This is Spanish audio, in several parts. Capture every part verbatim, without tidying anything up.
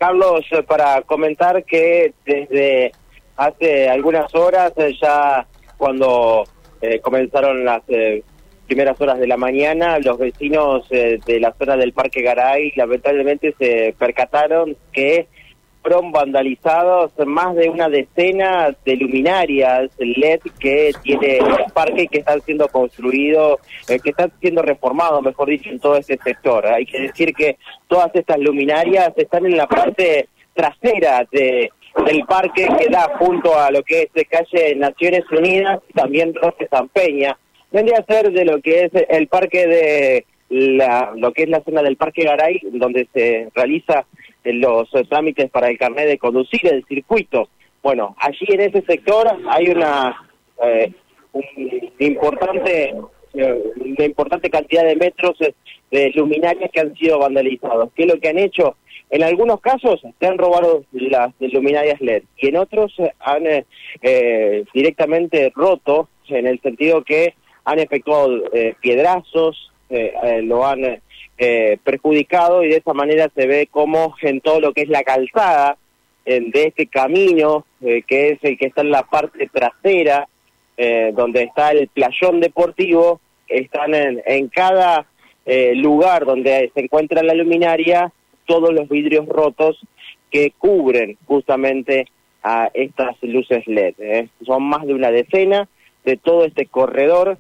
Carlos, para comentar que desde hace algunas horas, ya cuando eh, comenzaron las eh, primeras horas de la mañana, los vecinos eh, de la zona del Parque Garay lamentablemente se percataron que fueron vandalizados más de una decena de luminarias L E D que tiene el parque, que están siendo construidos, eh, que están siendo reformados, mejor dicho, en todo este sector. Hay que decir que todas estas luminarias están en la parte trasera de del parque, que da junto a lo que es de calle Naciones Unidas y también Roque San Peña. Vendría a ser de lo que es el parque de la, lo que es la zona del Parque Garay, donde se realiza los trámites para el carnet de conducir, el circuito. Bueno, allí en ese sector hay una eh, un importante eh, una importante cantidad de metros de luminarias que han sido vandalizados. ¿Qué es lo que han hecho? En algunos casos se han robado las luminarias L E D y en otros han eh, eh, directamente roto, en el sentido que han efectuado eh, piedrazos, eh, eh, lo han eh, perjudicado, y de esa manera se ve como en todo lo que es la calzada eh, de este camino, eh, que es el que está en la parte trasera, eh, donde está el playón deportivo, están en, en cada eh, lugar donde se encuentra la luminaria, todos los vidrios rotos que cubren justamente a estas luces L E D. ¿eh? Son más de una decena de todo este corredor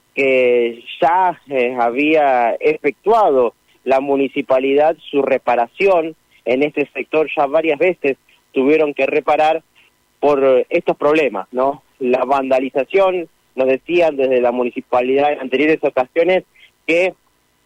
que ya eh, había efectuado la municipalidad su reparación en este sector. Ya varias veces tuvieron que reparar por estos problemas, ¿no? La vandalización, nos decían desde la municipalidad en anteriores ocasiones que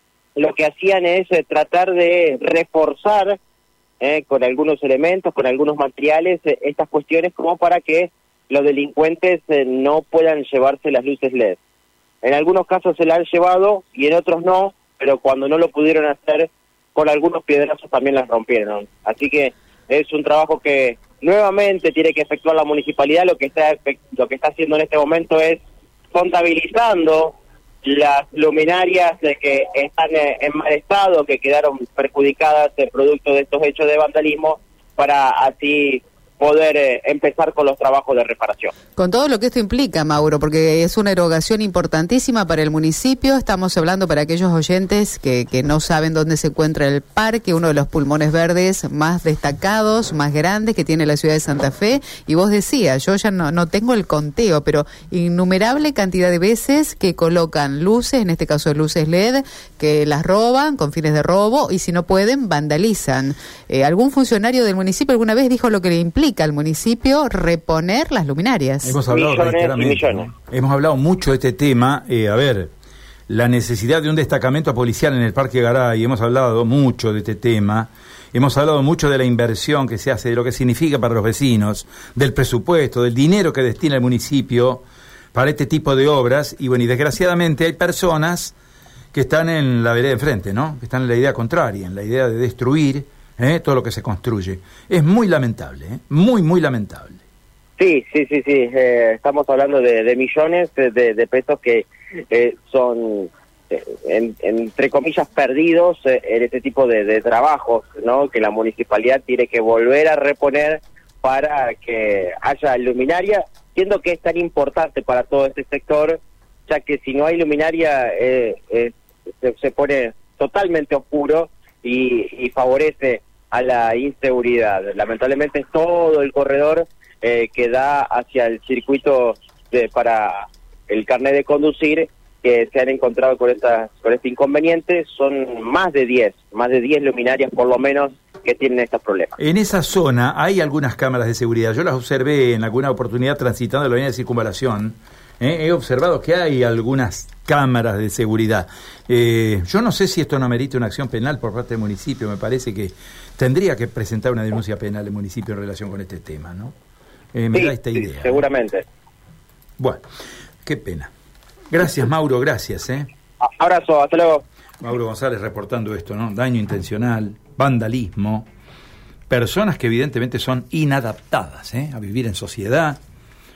lo que hacían es eh, tratar de reforzar eh, con algunos elementos, con algunos materiales, eh, estas cuestiones como para que los delincuentes eh, no puedan llevarse las luces L E D. En algunos casos se la han llevado y en otros no, pero cuando no lo pudieron hacer, con algunos piedrazos también las rompieron. Así que es un trabajo que nuevamente tiene que efectuar la municipalidad. Lo que está lo que está haciendo en este momento es contabilizando las luminarias de que están en mal estado, que quedaron perjudicadas eh, producto de estos hechos de vandalismo, para así poder eh, empezar con los trabajos de reparación. Con todo lo que esto implica, Mauro, porque es una erogación importantísima para el municipio. Estamos hablando, para aquellos oyentes que, que no saben dónde se encuentra el parque, uno de los pulmones verdes más destacados, más grandes que tiene la ciudad de Santa Fe. Y vos decías, yo ya no, no tengo el conteo, pero innumerable cantidad de veces que colocan luces, en este caso luces L E D, que las roban con fines de robo, y si no pueden, vandalizan. Eh, ¿Algún funcionario del municipio alguna vez dijo lo que le implica al municipio reponer las luminarias? Hemos hablado reiteradamente, ¿no? Hemos hablado mucho de este tema. Eh, a ver, la necesidad de un destacamento policial en el Parque Garay, hemos hablado mucho de este tema. Hemos hablado mucho de la inversión que se hace, de lo que significa para los vecinos, del presupuesto, del dinero que destina el municipio para este tipo de obras. Y bueno, y desgraciadamente hay personas que están en la vereda de enfrente, ¿no? Que están en la idea contraria, en la idea de destruir ¿Eh? todo lo que se construye. Es muy lamentable, ¿eh? muy, muy lamentable. Sí, sí, sí, sí. Eh, estamos hablando de, de millones de, de pesos que eh, son, eh, en, entre comillas, perdidos eh, en este tipo de, de trabajos, ¿no? Que la municipalidad tiene que volver a reponer para que haya luminaria, siendo que es tan importante para todo este sector, ya que si no hay luminaria eh, eh, se, se pone totalmente oscuro y, y favorece a la inseguridad. Lamentablemente es todo el corredor eh, que da hacia el circuito de, para el carnet de conducir, que se han encontrado con estas con este inconveniente. Son más de diez, más de diez luminarias por lo menos que tienen estos problemas. En esa zona hay algunas cámaras de seguridad. Yo las observé en alguna oportunidad transitando la avenida de Circunvalación. Eh, he observado que hay algunas cámaras de seguridad. Eh, yo no sé si esto no amerita una acción penal por parte del municipio. Me parece que tendría que presentar una denuncia penal el municipio en relación con este tema, ¿no? Eh, me sí, da esta sí, idea. Seguramente. ¿eh? Bueno, qué pena. Gracias, Mauro, gracias. ¿eh? Abrazo, hasta luego. Mauro González reportando esto, ¿no? Daño intencional, vandalismo, personas que evidentemente son inadaptadas ¿eh? a vivir en sociedad.